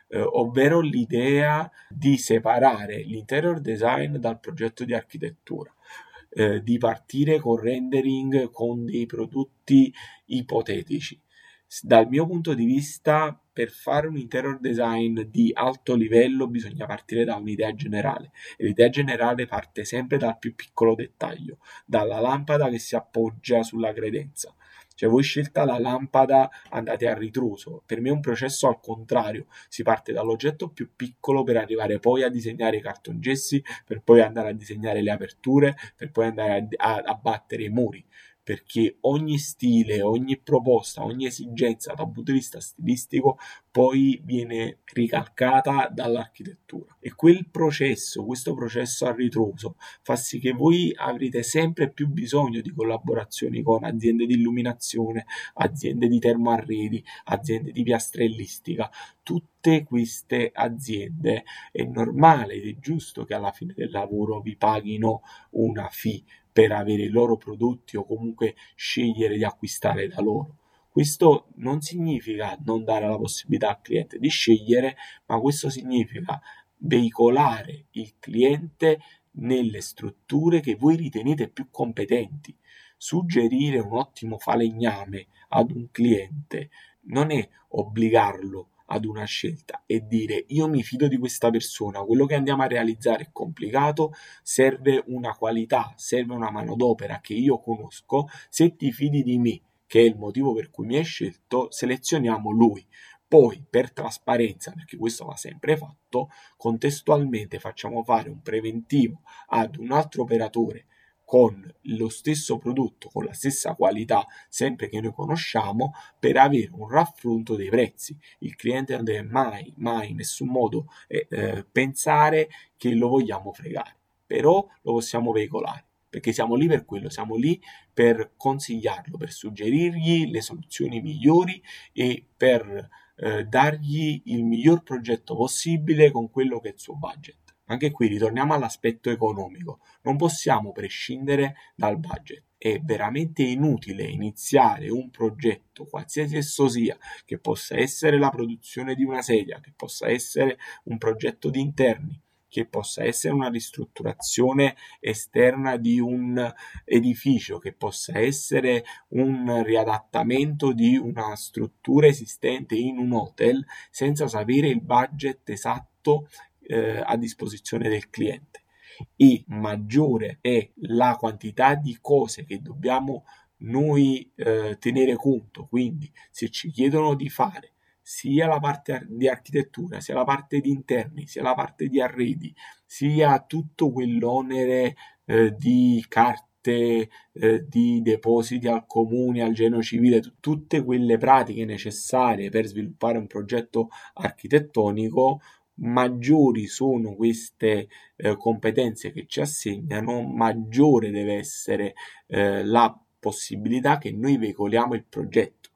eh, ovvero l'idea di separare l'interior design dal progetto di architettura, eh, di partire con rendering con dei prodotti ipotetici. Dal mio punto di vista, per fare un interior design di alto livello bisogna partire da un'idea generale, e l'idea generale parte sempre dal più piccolo dettaglio, dalla lampada che si appoggia sulla credenza. Cioè, voi scelta la lampada, andate a ritroso. Per me è un processo al contrario, si parte dall'oggetto più piccolo per arrivare poi a disegnare i cartongessi, per poi andare a disegnare le aperture, per poi andare a, a, a battere i muri, perché ogni stile, ogni proposta, ogni esigenza dal punto di vista stilistico poi viene ricalcata dall'architettura. E quel processo, questo processo a ritroso, fa sì che voi avrete sempre più bisogno di collaborazioni con aziende di illuminazione, aziende di termoarredi, aziende di piastrellistica. Tutte queste aziende è normale ed è giusto che alla fine del lavoro vi paghino una fee per avere i loro prodotti o comunque scegliere di acquistare da loro. Questo non significa non dare la possibilità al cliente di scegliere, ma questo significa veicolare il cliente nelle strutture che voi ritenete più competenti. Suggerire un ottimo falegname ad un cliente non è obbligarlo ad una scelta e dire io mi fido di questa persona, quello che andiamo a realizzare è complicato, serve una qualità, serve una manodopera che io conosco, se ti fidi di me, che è il motivo per cui mi hai scelto, selezioniamo lui. Poi, per trasparenza, perché questo va sempre fatto, contestualmente facciamo fare un preventivo ad un altro operatore con lo stesso prodotto, con la stessa qualità, sempre che noi conosciamo, per avere un raffronto dei prezzi. Il cliente non deve mai, mai in nessun modo eh, eh, pensare che lo vogliamo fregare, però lo possiamo veicolare, perché siamo lì per quello, siamo lì per consigliarlo, per suggerirgli le soluzioni migliori e per eh, dargli il miglior progetto possibile con quello che è il suo budget. Anche qui ritorniamo all'aspetto economico, non possiamo prescindere dal budget. È veramente inutile iniziare un progetto, qualsiasi esso sia, che possa essere la produzione di una sedia, che possa essere un progetto di interni, che possa essere una ristrutturazione esterna di un edificio, che possa essere un riadattamento di una struttura esistente in un hotel, senza sapere il budget esatto eh, a disposizione del cliente. E maggiore è la quantità di cose che dobbiamo noi eh, tenere conto. Quindi se ci chiedono di fare sia la parte di architettura, sia la parte di interni, sia la parte di arredi, sia tutto quell'onere eh, di carte, eh, di depositi al comune, al genio civile, t- tutte quelle pratiche necessarie per sviluppare un progetto architettonico, maggiori sono queste eh, competenze che ci assegnano, maggiore deve essere eh, la possibilità che noi veicoliamo il progetto.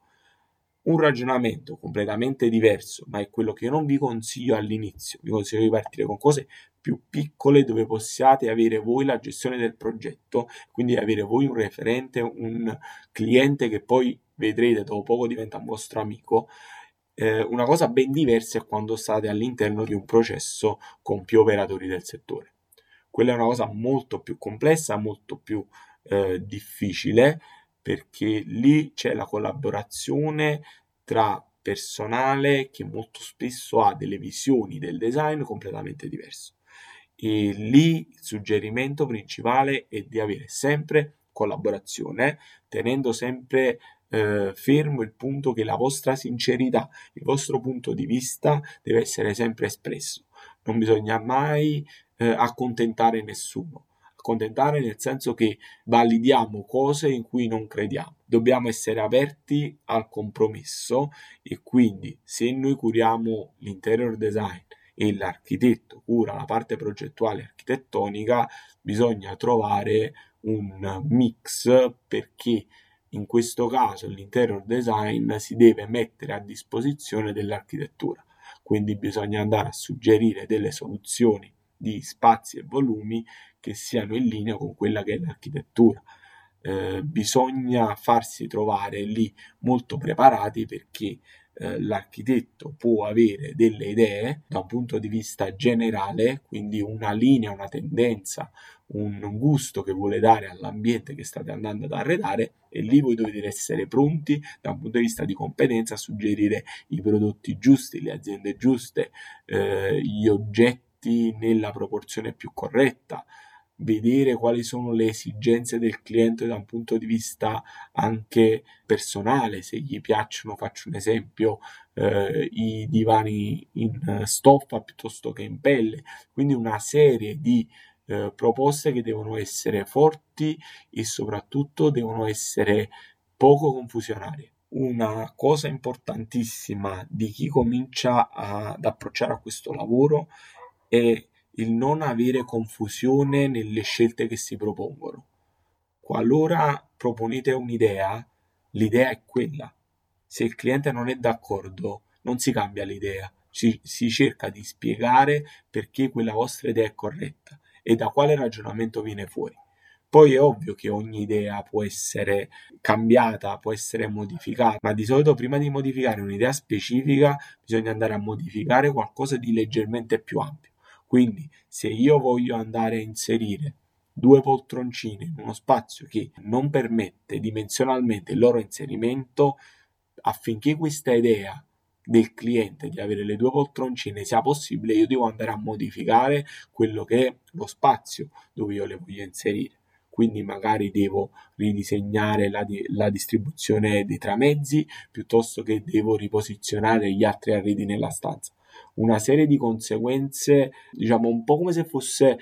Un ragionamento completamente diverso, ma è quello che io non vi consiglio all'inizio. Vi consiglio di partire con cose più piccole dove possiate avere voi la gestione del progetto, quindi avere voi un referente, un cliente che poi vedrete dopo poco diventa un vostro amico. Eh, una cosa ben diversa è quando state all'interno di un processo con più operatori del settore. Quella è una cosa molto più complessa, molto più eh, difficile, perché lì c'è la collaborazione tra personale che molto spesso ha delle visioni del design completamente diverse. E lì il suggerimento principale è di avere sempre collaborazione, tenendo sempre eh, fermo il punto che la vostra sincerità, il vostro punto di vista deve essere sempre espresso. Non bisogna mai eh, accontentare nessuno. Accontentare nel senso che validiamo cose in cui non crediamo. Dobbiamo essere aperti al compromesso e quindi se noi curiamo l'interior design e l'architetto cura la parte progettuale architettonica, bisogna trovare un mix, perché in questo caso l'interior design si deve mettere a disposizione dell'architettura, quindi bisogna andare a suggerire delle soluzioni di spazi e volumi che siano in linea con quella che è l'architettura. Eh, bisogna farsi trovare lì molto preparati, perché eh, l'architetto può avere delle idee da un punto di vista generale, quindi una linea, una tendenza, un gusto che vuole dare all'ambiente che state andando ad arredare, e lì voi dovete essere pronti da un punto di vista di competenza a suggerire i prodotti giusti, le aziende giuste, eh, gli oggetti nella proporzione più corretta, vedere quali sono le esigenze del cliente da un punto di vista anche personale, se gli piacciono, faccio un esempio, eh, i divani in stoffa piuttosto che in pelle, quindi una serie di eh, proposte che devono essere forti e soprattutto devono essere poco confusionarie. Una cosa importantissima di chi comincia a, ad approcciare a questo lavoro è il non avere confusione nelle scelte che si propongono. Qualora proponete un'idea, l'idea è quella. Se il cliente non è d'accordo, non si cambia l'idea, si, si cerca di spiegare perché quella vostra idea è corretta e da quale ragionamento viene fuori. Poi è ovvio che ogni idea può essere cambiata, può essere modificata, ma di solito prima di modificare un'idea specifica bisogna andare a modificare qualcosa di leggermente più ampio. Quindi se io voglio andare a inserire due poltroncine in uno spazio che non permette dimensionalmente il loro inserimento, affinché questa idea del cliente di avere le due poltroncine sia possibile, io devo andare a modificare quello che è lo spazio dove io le voglio inserire. Quindi magari devo ridisegnare la, di- la distribuzione dei tramezzi, piuttosto che devo riposizionare gli altri arredi nella stanza. Una serie di conseguenze, diciamo un po' come se fosse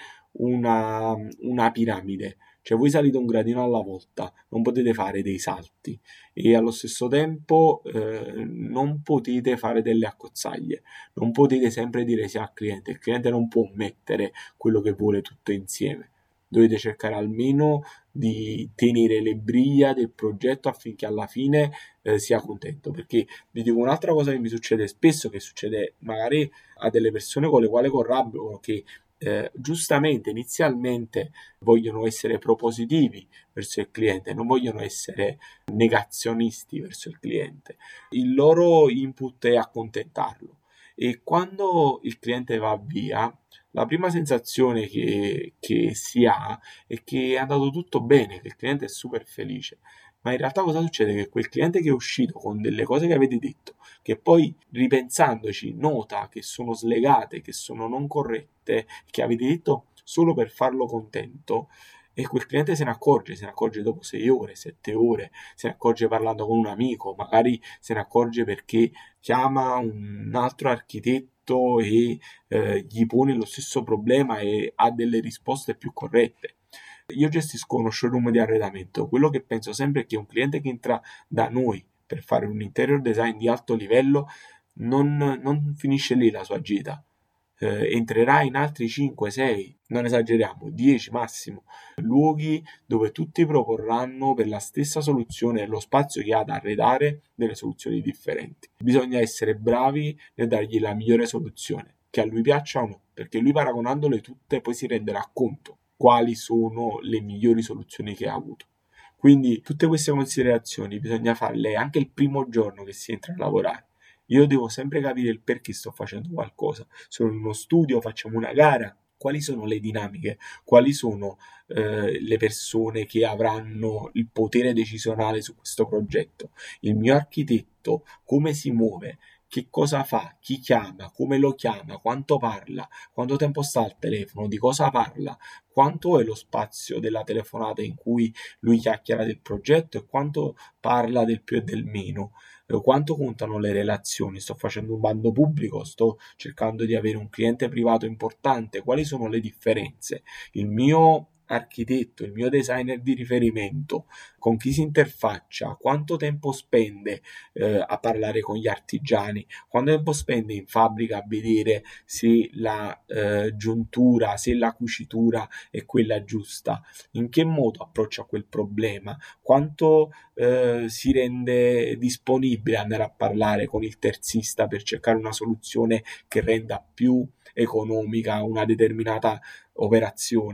una, una piramide, cioè voi salite un gradino alla volta, non potete fare dei salti e allo stesso tempo eh, non potete fare delle accozzaglie, non potete sempre dire sì al cliente, il cliente non può mettere quello che vuole tutto insieme. Dovete cercare almeno di tenere le briglie del progetto affinché alla fine eh, sia contento. Perché vi dico un'altra cosa che mi succede spesso, che succede magari a delle persone con le quali corrabito, che eh, giustamente inizialmente vogliono essere propositivi verso il cliente, non vogliono essere negazionisti verso il cliente. Il loro input è accontentarlo. E quando il cliente va via, la prima sensazione che, che si ha è che è andato tutto bene, che il cliente è super felice. Ma in realtà cosa succede? Che quel cliente che è uscito con delle cose che avete detto, che poi ripensandoci nota che sono slegate, che sono non corrette, che avete detto solo per farlo contento, e quel cliente se ne accorge, se ne accorge dopo sei ore, sette ore, se ne accorge parlando con un amico, magari se ne accorge perché chiama un altro architetto e eh, gli pone lo stesso problema e ha delle risposte più corrette. Io gestisco uno showroom di arredamento. Quello che penso sempre è che un cliente che entra da noi per fare un interior design di alto livello non, non finisce lì la sua gita. Eh, entrerà in altri cinque, sei, non esageriamo, dieci massimo, luoghi dove tutti proporranno per la stessa soluzione lo spazio che ha da arredare delle soluzioni differenti. Bisogna essere bravi nel dargli la migliore soluzione, che a lui piaccia o no, perché lui paragonandole tutte poi si renderà conto quali sono le migliori soluzioni che ha avuto. Quindi tutte queste considerazioni bisogna farle anche il primo giorno che si entra a lavorare. Io devo sempre capire il perché sto facendo qualcosa. Sono in uno studio, facciamo una gara. Quali sono le dinamiche? Quali sono eh, le persone che avranno il potere decisionale su questo progetto? Il mio architetto come si muove? Che cosa fa? Chi chiama? Come lo chiama? Quanto parla? Quanto tempo sta al telefono? Di cosa parla? Quanto è lo spazio della telefonata in cui lui chiacchiera del progetto e quanto parla del più e del meno? Quanto contano le relazioni? Sto facendo un bando pubblico, sto cercando di avere un cliente privato importante, quali sono le differenze? Il mio architetto, il mio designer di riferimento, con chi si interfaccia, quanto tempo spende eh, a parlare con gli artigiani, quanto tempo spende in fabbrica a vedere se la eh, giuntura, se la cucitura è quella giusta, in che modo approccia quel problema, quanto eh, si rende disponibile andare a parlare con il terzista per cercare una soluzione che renda più economica una determinata operazione.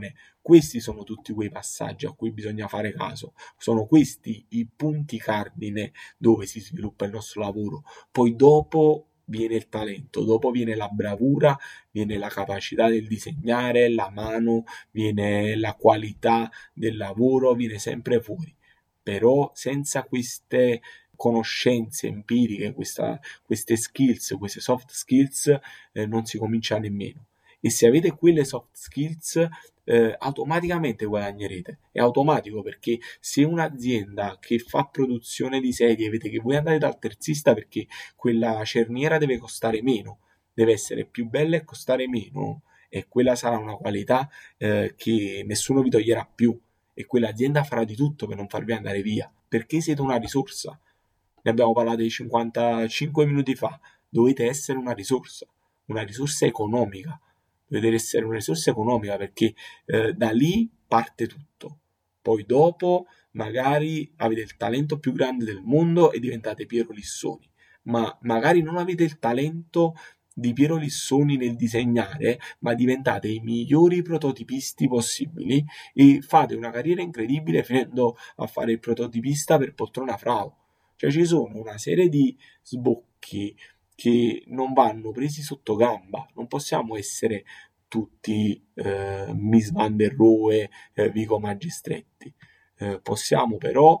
Questi sono tutti quei passaggi a cui bisogna fare caso, sono questi i punti cardine dove si sviluppa il nostro lavoro. Poi dopo viene il talento, dopo viene la bravura, viene la capacità del disegnare, la mano, viene la qualità del lavoro, viene sempre fuori. Però senza queste conoscenze empiriche, questa, queste skills, queste soft skills, eh, non si comincia nemmeno. E se avete quelle soft skills, eh, automaticamente guadagnerete. È automatico, perché se un'azienda che fa produzione di sedie vede che voi andate dal terzista perché quella cerniera deve costare meno, deve essere più bella e costare meno, e quella sarà una qualità eh, che nessuno vi toglierà più, e quell'azienda farà di tutto per non farvi andare via, perché siete una risorsa. Ne abbiamo parlato di cinquantacinque minuti fa. Dovete essere una risorsa, una risorsa economica. Dovete essere una risorsa economica, perché eh, da lì parte tutto. Poi dopo magari avete il talento più grande del mondo e diventate Piero Lissoni, ma magari non avete il talento di Piero Lissoni nel disegnare, ma diventate i migliori prototipisti possibili e fate una carriera incredibile finendo a fare il prototipista per Poltrona Frau. Cioè ci sono una serie di sbocchi che non vanno presi sotto gamba. Non possiamo essere tutti eh, Miss Van der Rohe, eh, Vico Magistretti. Eh, possiamo però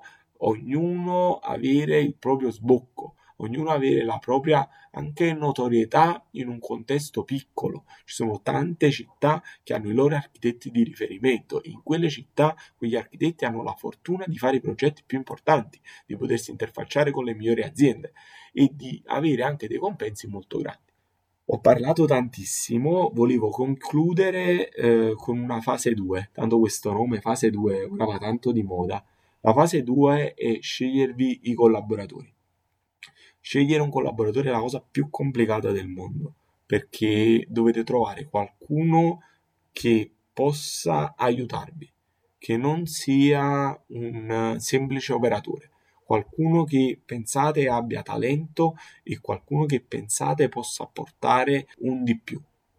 ognuno avere il proprio sbocco, ognuno avere la propria anche notorietà in un contesto piccolo. Ci sono tante città che hanno i loro architetti di riferimento, e in quelle città quegli architetti hanno la fortuna di fare i progetti più importanti, di potersi interfacciare con le migliori aziende e di avere anche dei compensi molto grandi. Ho parlato tantissimo, volevo concludere eh, con una fase due, tanto questo nome fase due ora va tanto di moda. La fase due è scegliervi i collaboratori. Scegliere un collaboratore è la cosa più complicata del mondo, perché dovete trovare qualcuno che possa aiutarvi, che non sia un semplice operatore, qualcuno che pensate abbia talento e qualcuno che pensate possa apportare un di più.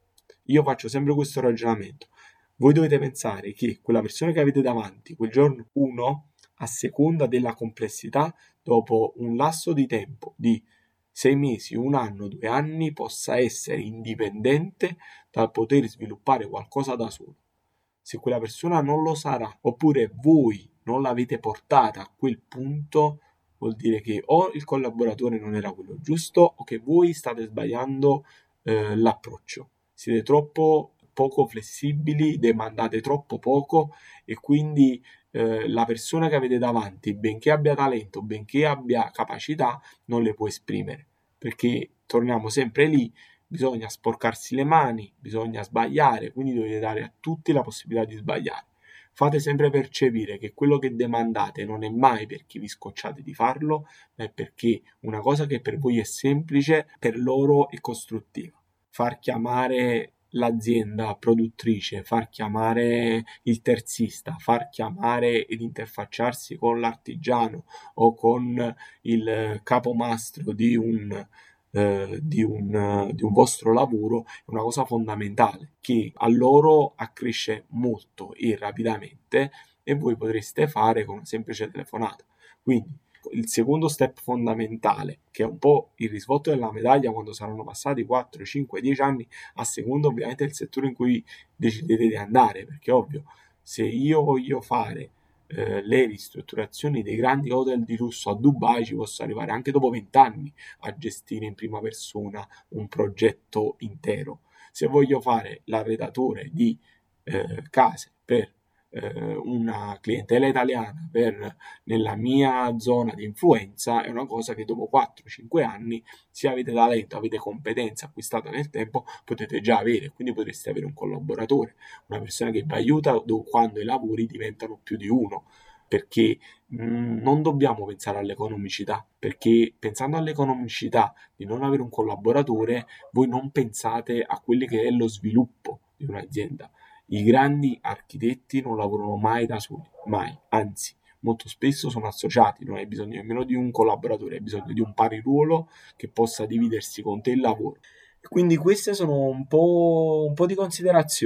Io faccio sempre questo ragionamento. Voi dovete pensare che quella persona che avete davanti, quel giorno uno, a seconda della complessità, dopo un lasso di tempo di sei mesi, un anno, due anni, possa essere indipendente dal poter sviluppare qualcosa da solo. Se quella persona non lo sarà, oppure voi non l'avete portata a quel punto, vuol dire che o il collaboratore non era quello giusto o che voi state sbagliando eh, l'approccio. Siete troppo poco flessibili, demandate troppo poco, e quindi eh, la persona che avete davanti, benché abbia talento, benché abbia capacità, non le può esprimere, perché torniamo sempre lì. Bisogna sporcarsi le mani, bisogna sbagliare, quindi dovete dare a tutti la possibilità di sbagliare. Fate sempre percepire che quello che demandate non è mai perché vi scocciate di farlo, ma è perché una cosa che per voi è semplice, per loro è costruttiva. Far chiamare l'azienda produttrice, far chiamare il terzista, far chiamare ed interfacciarsi con l'artigiano o con il capomastro di un eh, di, un, di un vostro lavoro è una cosa fondamentale che a loro accresce molto e rapidamente, e voi potreste fare con una semplice telefonata. Quindi il secondo step fondamentale, che è un po' il risvolto della medaglia quando saranno passati quattro, cinque, dieci anni, a seconda ovviamente del settore in cui decidete di andare, perché ovvio, se io voglio fare eh, le ristrutturazioni dei grandi hotel di lusso a Dubai, ci posso arrivare anche dopo venti anni a gestire in prima persona un progetto intero. Se voglio fare l'arredatore di eh, case per eh, una clientela italiana per nella mia zona di influenza, è una cosa che dopo quattro cinque anni, se avete talento, avete competenza acquistate nel tempo, potete già avere. Quindi potreste avere un collaboratore, una persona che vi aiuta quando i lavori diventano più di uno, perché mh, non dobbiamo pensare all'economicità, perché pensando all'economicità di non avere un collaboratore, voi non pensate a quello che è lo sviluppo di un'azienda. I grandi architetti non lavorano mai da soli, mai, anzi, molto spesso sono associati, non hai bisogno nemmeno di un collaboratore, hai bisogno di un pari ruolo che possa dividersi con te il lavoro. Quindi queste sono un po', un po' di considerazioni.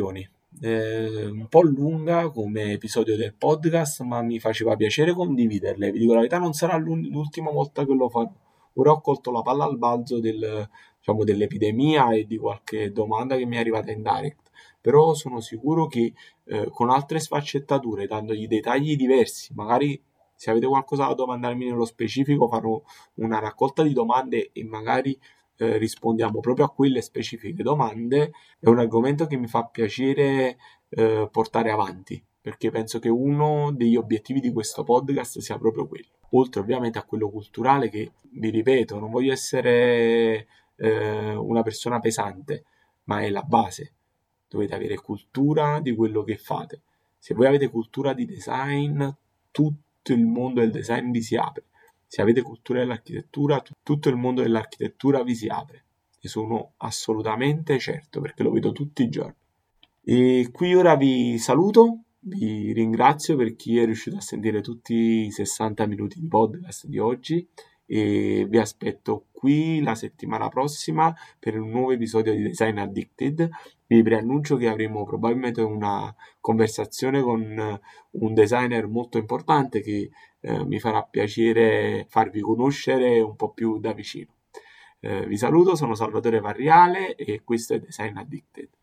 eh, un po' lunga come episodio del podcast, ma mi faceva piacere condividerle. Vi dico la verità, non sarà l'un- l'ultima volta che lo farò. Ora ho colto la palla al balzo del, diciamo, dell'epidemia e di qualche domanda che mi è arrivata in direct, però sono sicuro che eh, con altre sfaccettature, dandogli dei tagli diversi, magari se avete qualcosa da domandarmi nello specifico, farò una raccolta di domande e magari eh, rispondiamo proprio a quelle specifiche domande. È un argomento che mi fa piacere eh, portare avanti, perché penso che uno degli obiettivi di questo podcast sia proprio quello. Oltre ovviamente a quello culturale che, vi ripeto, non voglio essere eh, una persona pesante, ma è la base. Dovete avere cultura di quello che fate. Se voi avete cultura di design, tutto il mondo del design vi si apre. Se avete cultura dell'architettura, tu- tutto il mondo dell'architettura vi si apre. Ne sono assolutamente certo perché lo vedo tutti i giorni. E qui ora vi saluto, vi ringrazio per chi è riuscito a sentire tutti i sessanta minuti di podcast di oggi e vi aspetto qui la settimana prossima per un nuovo episodio di Design Addicted. Vi preannuncio che avremo probabilmente una conversazione con un designer molto importante che eh, mi farà piacere farvi conoscere un po' più da vicino. Eh, vi saluto, sono Salvatore Varriale e questo è Design Addicted.